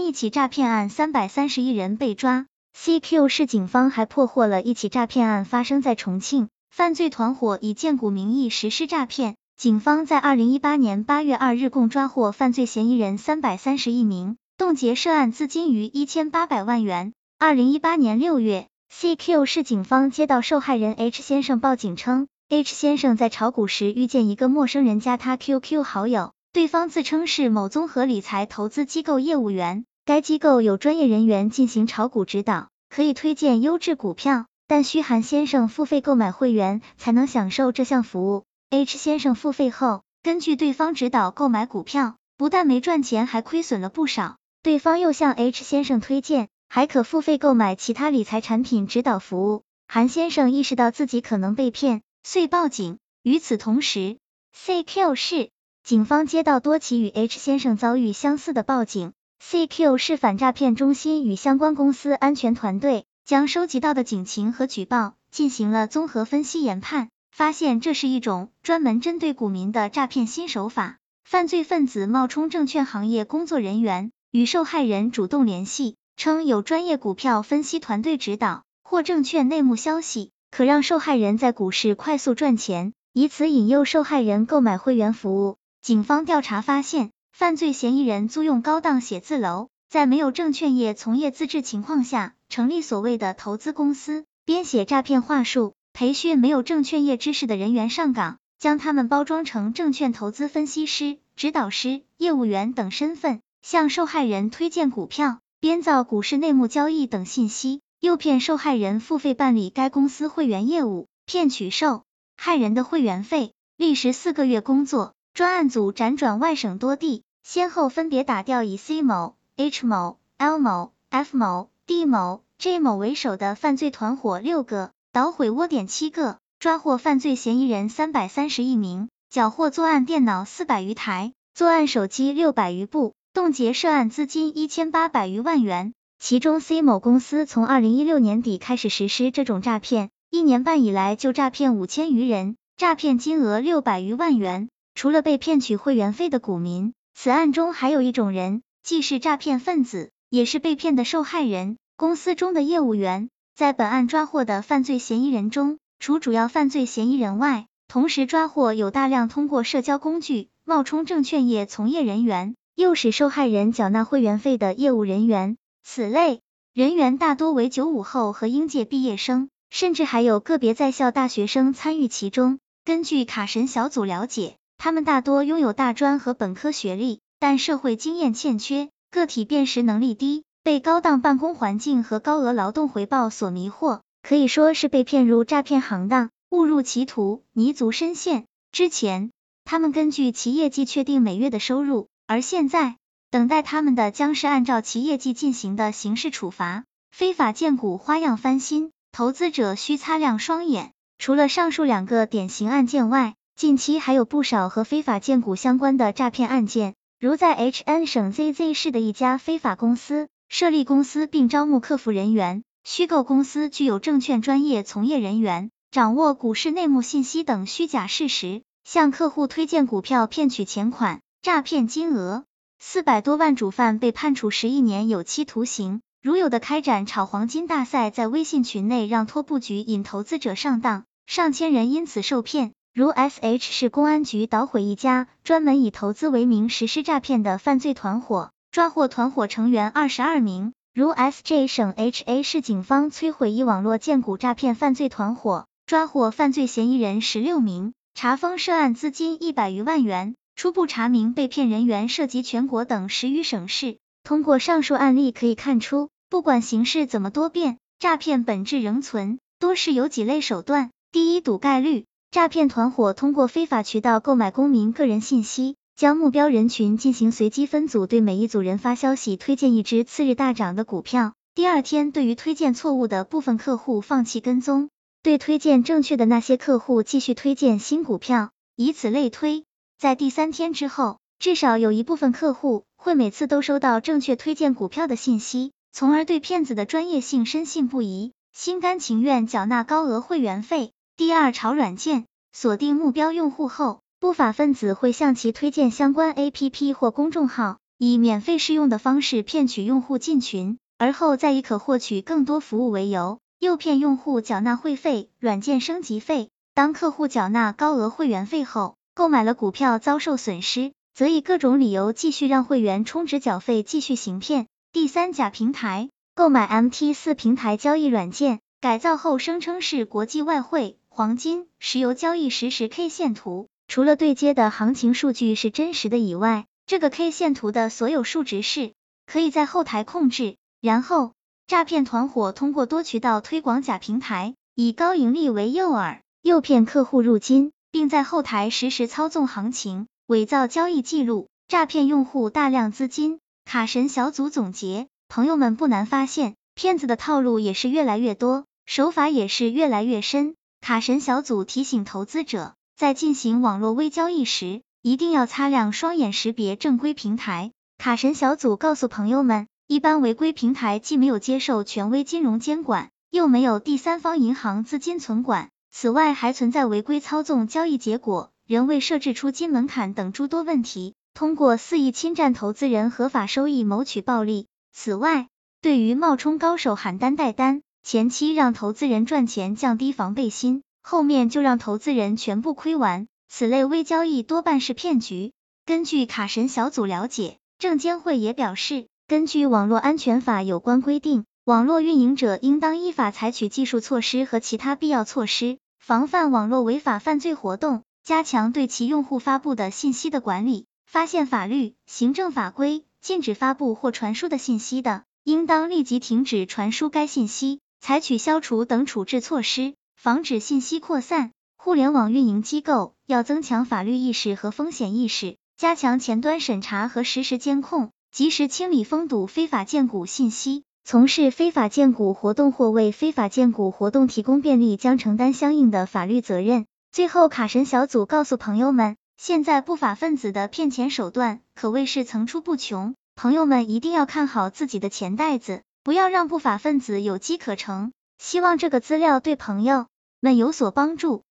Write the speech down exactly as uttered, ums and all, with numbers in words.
一起诈骗案三百三十一人被抓。C Q 市警方还破获了一起诈骗案发生在重庆，犯罪团伙以荐股名义实施诈骗。警方在二零一八年八月二日共抓获犯罪嫌疑人三百三十一名，冻结涉案资金逾一千八百万元。二零一八年六月 ，C Q 市警方接到受害人 H 先生报警称 ，H 先生在炒股时遇见一个陌生人加他 Q Q 好友，对方自称是某综合理财投资机构业务员，该机构有专业人员进行炒股指导，可以推荐优质股票，但需含先生付费购买会员才能享受这项服务。H 先生付费后，根据对方指导购买股票，不但没赚钱，还亏损了不少。对方又向 H 先生推荐，还可付费购买其他理财产品指导服务。韩先生意识到自己可能被骗，遂报警。与此同时 ，C Q 市警方接到多起与 H 先生遭遇相似的报警。C Q 市反诈骗中心与相关公司安全团队将收集到的警情和举报进行了综合分析研判，发现这是一种专门针对股民的诈骗新手法。犯罪分子冒充证券行业工作人员，与受害人主动联系，称有专业股票分析团队指导或证券内幕消息，可让受害人在股市快速赚钱，以此引诱受害人购买会员服务。警方调查发现，犯罪嫌疑人租用高档写字楼，在没有证券业从业资质情况下，成立所谓的投资公司，编写诈骗话术，培训没有证券业知识的人员上岗，将他们包装成证券投资分析师、指导师、业务员等身份，向受害人推荐股票，编造股市内幕交易等信息，诱骗受害人付费办理该公司会员业务，骗取受害人的会员费。历时四个月工作，专案组辗转外省多地，先后分别打掉以 C 某、H 某、L 某、F 某、D 某、J 某为首的犯罪团伙六个，捣毁窝点七个，抓获犯罪嫌疑人三百三十一名，缴获作案电脑四百余台，作案手机六百余部，冻结涉案资金一千八百余万元。其中 C 某公司从二零一六年底开始实施这种诈骗，一年半以来就诈骗五千余人，诈骗金额六百余万元。除了被骗取会员费的股民，此案中还有一种人，既是诈骗分子，也是被骗的受害人，公司中的业务员。在本案抓获的犯罪嫌疑人中，除主要犯罪嫌疑人外，同时抓获有大量通过社交工具冒充证券业从业人员，诱使受害人缴纳会员费的业务人员。此类人员大多为九五后和应届毕业生，甚至还有个别在校大学生参与其中。根据卡神小组了解，他们大多拥有大专和本科学历，但社会经验欠缺，个体辨识能力低，被高档办公环境和高额劳动回报所迷惑，可以说是被骗入诈骗行当，误入歧途，泥足深陷。之前，他们根据其业绩确定每月的收入，而现在，等待他们的将是按照其业绩进行的刑事处罚。非法荐股花样翻新，投资者需擦亮双眼。除了上述两个典型案件外，近期还有不少和非法荐股相关的诈骗案件，如在 H N 省 Z Z 市的一家非法公司，设立公司并招募客服人员，虚构公司具有证券专业从业人员，掌握股市内幕信息等虚假事实，向客户推荐股票骗取钱款，诈骗金额四百多万，主犯被判处十一年有期徒刑。如有的开展炒黄金大赛，在微信群内让托布局引投资者上当，上千人因此受骗。如 S H 市公安局捣毁一家专门以投资为名实施诈骗的犯罪团伙，抓获团伙成员二十二名。如 S J 省 H A 市警方摧毁一网络荐股诈骗犯罪团伙，抓获犯罪嫌疑人十六名，查封涉案资金一百余万元。初步查明被骗人员涉及全国等十余省市。通过上述案例可以看出，不管形式怎么多变，诈骗本质仍存，多是有几类手段。第一，赌概率。诈骗团伙通过非法渠道购买公民个人信息，将目标人群进行随机分组，对每一组人发消息，推荐一只次日大涨的股票。第二天，对于推荐错误的部分客户放弃跟踪，对推荐正确的那些客户继续推荐新股票，以此类推。在第三天之后，至少有一部分客户会每次都收到正确推荐股票的信息，从而对骗子的专业性深信不疑，心甘情愿缴纳高额会员费。第二，炒软件。锁定目标用户后，不法分子会向其推荐相关 A P P 或公众号， 以免费试用的方式骗取用户进群，而后再以可获取更多服务为由，诱骗用户缴纳会费、软件升级费。当客户缴纳高额会员费后，购买了股票遭受损失，则以各种理由继续让会员充值缴费，继续行骗。第三，假平台，购买 M T 四 平台交易软件，改造后声称是国际外汇、黄金、石油交易实时 K 线图，除了对接的行情数据是真实的以外，这个 K 线图的所有数值是可以在后台控制。然后，诈骗团伙通过多渠道推广假平台，以高盈利为诱饵，诱骗客户入金，并在后台实时操纵行情，伪造交易记录，诈骗用户大量资金。卡神小组总结，朋友们不难发现，骗子的套路也是越来越多，手法也是越来越深。卡神小组提醒投资者，在进行网络微交易时，一定要擦亮双眼识别正规平台。卡神小组告诉朋友们，一般违规平台既没有接受权威金融监管，又没有第三方银行资金存管，此外还存在违规操纵交易结果、人为设置出金门槛等诸多问题，通过肆意侵占投资人合法收益谋取暴利。此外，对于冒充高手喊单带单，前期让投资人赚钱降低防备心，后面就让投资人全部亏完，此类微交易多半是骗局。根据卡神小组了解，证监会也表示，根据网络安全法有关规定，网络运营者应当依法采取技术措施和其他必要措施，防范网络违法犯罪活动，加强对其用户发布的信息的管理，发现法律、行政法规禁止发布或传输的信息的，应当立即停止传输该信息，采取消除等处置措施，防止信息扩散。互联网运营机构要增强法律意识和风险意识，加强前端审查和实时监控，及时清理封堵非法荐股信息，从事非法荐股活动或为非法荐股活动提供便利将承担相应的法律责任。最后，卡神小组告诉朋友们，现在不法分子的骗钱手段可谓是层出不穷，朋友们一定要看好自己的钱袋子，不要让不法分子有机可乘。希望这个资料对朋友们有所帮助。